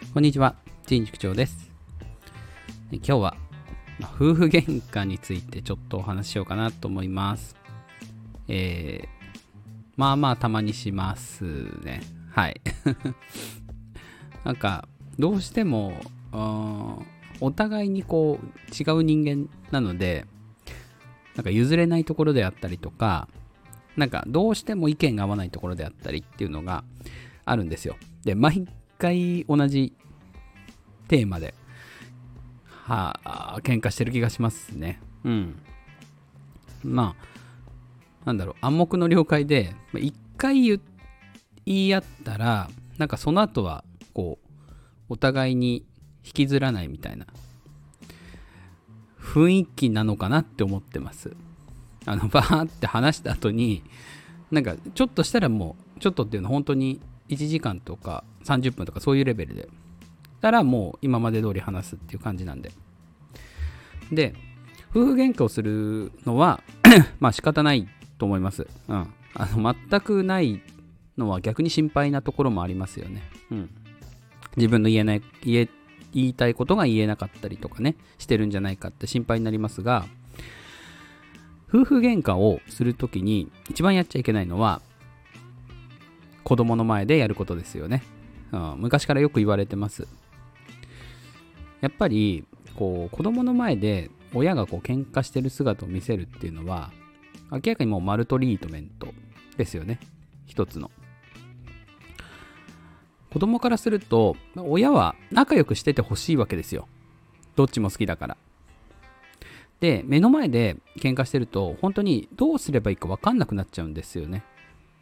こんにちは、陳塾長です。今日は夫婦喧嘩についてちょっとお話ししようかなと思います。まあたまにしますね。はい。なんかどうしてもお互いにこう違う人間なので、なんか譲れないところであったりとか、なんかどうしても意見が合わないところであったりっていうのがあるんですよ。で、毎回同じテーマで喧嘩してる気がしますね。なんだろう、暗黙の了解で一回言い合ったら、なんかその後はこうお互いに引きずらないみたいな雰囲気なのかなって思ってます。バーって話した後に、なんかちょっとしたらもうちょっとっていうのは本当に1時間とか30分とかそういうレベルでたらもう今まで通り話すっていう感じなんで。で、夫婦喧嘩をするのはまあ仕方ないと思います。全くないのは逆に心配なところもありますよね。自分の言いたいことが言えなかったりとかね、してるんじゃないかって心配になりますが、夫婦喧嘩をするときに一番やっちゃいけないのは子供の前でやることですよね。昔からよく言われてます。やっぱりこう子供の前で親がこう喧嘩してる姿を見せるっていうのは明らかにもうマルトリートメントですよね。一つの子供からすると親は仲良くしててほしいわけですよ。どっちも好きだから。で、目の前で喧嘩してると本当にどうすればいいか分かんなくなっちゃうんですよね。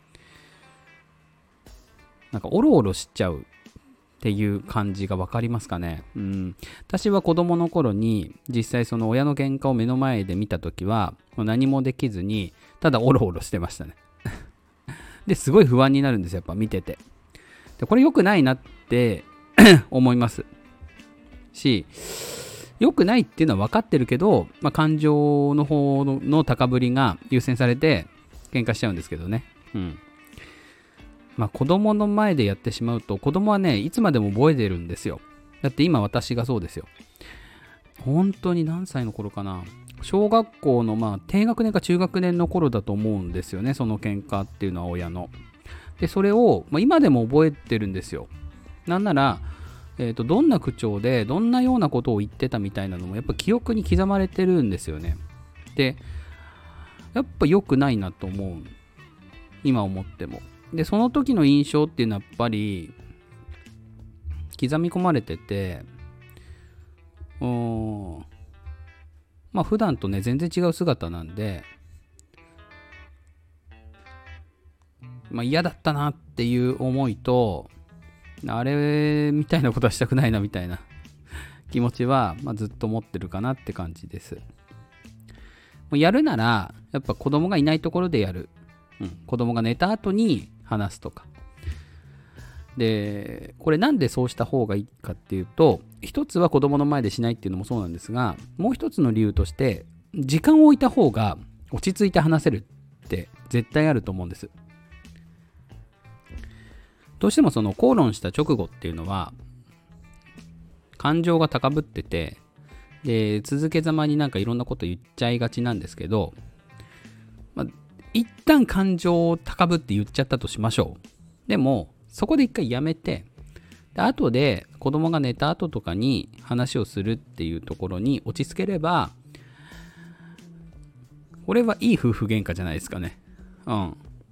なんかオロオロしちゃうっていう感じが分かりますかね。私は子供の頃に実際その親の喧嘩を目の前で見た時はもう何もできずにただオロオロしてましたね。ですごい不安になるんですよ、やっぱ見てて。で、これ良くないなって思いますし、良くないっていうのは分かってるけど、感情の方の高ぶりが優先されて喧嘩しちゃうんですけどね。子供の前でやってしまうと、子供はね、いつまでも覚えてるんですよ。だって今私がそうですよ。本当に何歳の頃かな。小学校の低学年か中学年の頃だと思うんですよね。その喧嘩っていうのは親の。で、それを、今でも覚えてるんですよ。なんなら、どんな口調で、どんなようなことを言ってたみたいなのも、やっぱ記憶に刻まれてるんですよね。で、やっぱ良くないなと思う。今思っても。で、その時の印象っていうのはやっぱり刻み込まれてて、普段とね全然違う姿なんで、嫌だったなっていう思いと、あれみたいなことはしたくないなみたいな気持ちは、ずっと持ってるかなって感じです。やるならやっぱ子供がいないところでやる。子供が寝た後に話すとか。で、これなんでそうした方がいいかっていうと、一つは子供の前でしないっていうのもそうなんですが、もう一つの理由として時間を置いた方が落ち着いて話せるって絶対あると思うんです。どうしてもその口論した直後っていうのは感情が高ぶってて、で続けざまになんかいろんなこと言っちゃいがちなんですけど、一旦感情を高ぶって言っちゃったとしましょう。でもそこで一回やめて、で後で子供が寝た後とかに話をするっていうところに落ち着ければ、これはいい夫婦喧嘩じゃないですかね。あ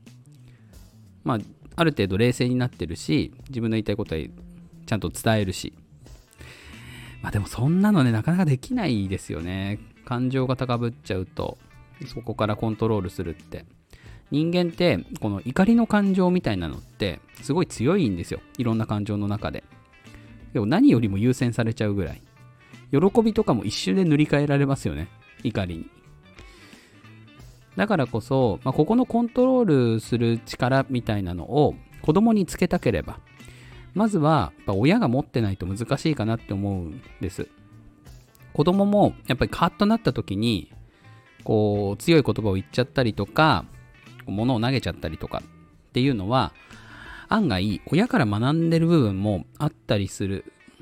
る程度冷静になってるし、自分の言いたいことはちゃんと伝えるし。でもそんなのね、なかなかできないですよね。感情が高ぶっちゃうと、そこからコントロールするって。人間ってこの怒りの感情みたいなのってすごい強いんですよ。いろんな感情の中で。でも何よりも優先されちゃうぐらい。喜びとかも一瞬で塗り替えられますよね。怒りに。だからこそ、ここのコントロールする力みたいなのを子供につけたければ、まずはやっぱ親が持ってないと難しいかなって思うんです。子供もやっぱりカーッとなった時にこう強い言葉を言っちゃったりとか、物を投げちゃったりとかっていうのは案外親から学んでる部分もあったりする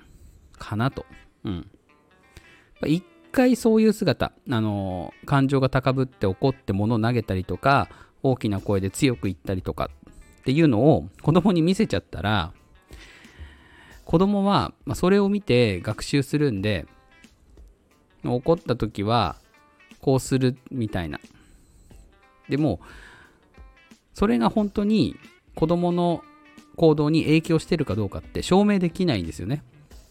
かなと。一回そういう姿、感情が高ぶって怒って物を投げたりとか、大きな声で強く言ったりとかっていうのを子供に見せちゃったら、子供はそれを見て学習するんで、怒った時はこうするみたいな。でもそれが本当に子供の行動に影響してるかどうかって証明できないんですよね。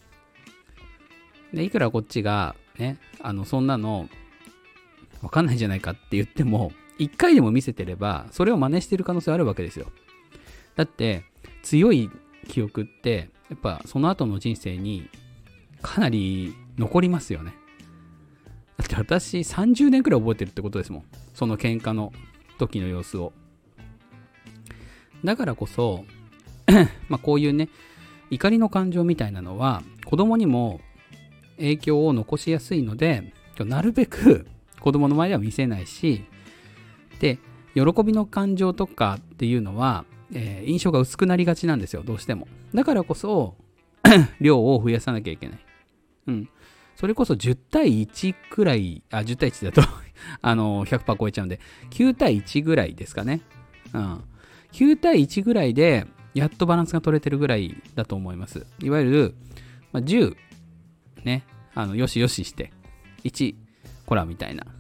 でいくらこっちがね、そんなの分かんないじゃないかって言っても、一回でも見せてればそれを真似してる可能性あるわけですよ。だって強い記憶ってやっぱその後の人生にかなり残りますよね。だって私30年くらい覚えてるってことですもん、その喧嘩の時の様子を。だからこそこういうね、怒りの感情みたいなのは子供にも影響を残しやすいので、なるべく子供の前では見せないし、で喜びの感情とかっていうのは、印象が薄くなりがちなんですよ、どうしても。だからこそ量を増やさなきゃいけない。それこそ10対1くらい、10対1だと100% 超えちゃうんで、9対1ぐらいですかね。9対1ぐらいで、やっとバランスが取れてるぐらいだと思います。いわゆる、10、ね、よしよしして、1、こらみたいな。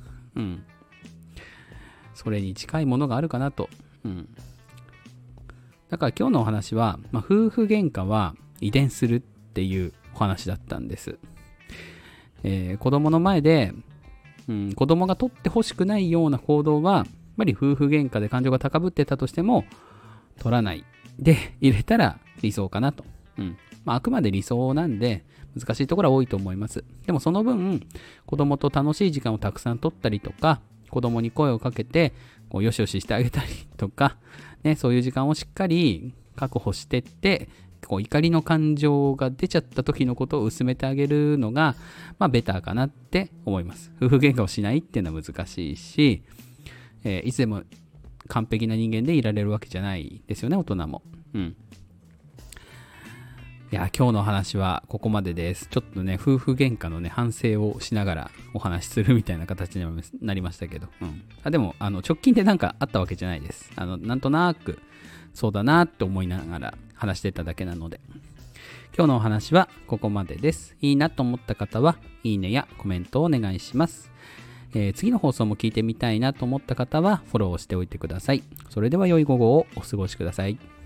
それに近いものがあるかなと。だから今日のお話は、夫婦喧嘩は遺伝するっていうお話だったんです。子供の前で、子供が取ってほしくないような行動は、やっぱり夫婦喧嘩で感情が高ぶってたとしても取らないで入れたら理想かなと。あくまで理想なんで難しいところは多いと思います。でもその分子供と楽しい時間をたくさん取ったりとか、子供に声をかけてこうよしよししてあげたりとか、そういう時間をしっかり確保してって、こう怒りの感情が出ちゃった時のことを薄めてあげるのが、ベターかなって思います。夫婦喧嘩をしないっていうのは難しいし、いつでも完璧な人間でいられるわけじゃないですよね、大人も。いや、今日の話はここまでです。ちょっとね、夫婦喧嘩のね、反省をしながらお話しするみたいな形になりましたけど。でも、直近でなんかあったわけじゃないです。なんとなく、そうだなって思いながら話してただけなので。今日のお話はここまでです。いいなと思った方は、いいねやコメントをお願いします。次の放送も聞いてみたいなと思った方は、フォローしておいてください。それでは良い午後をお過ごしください。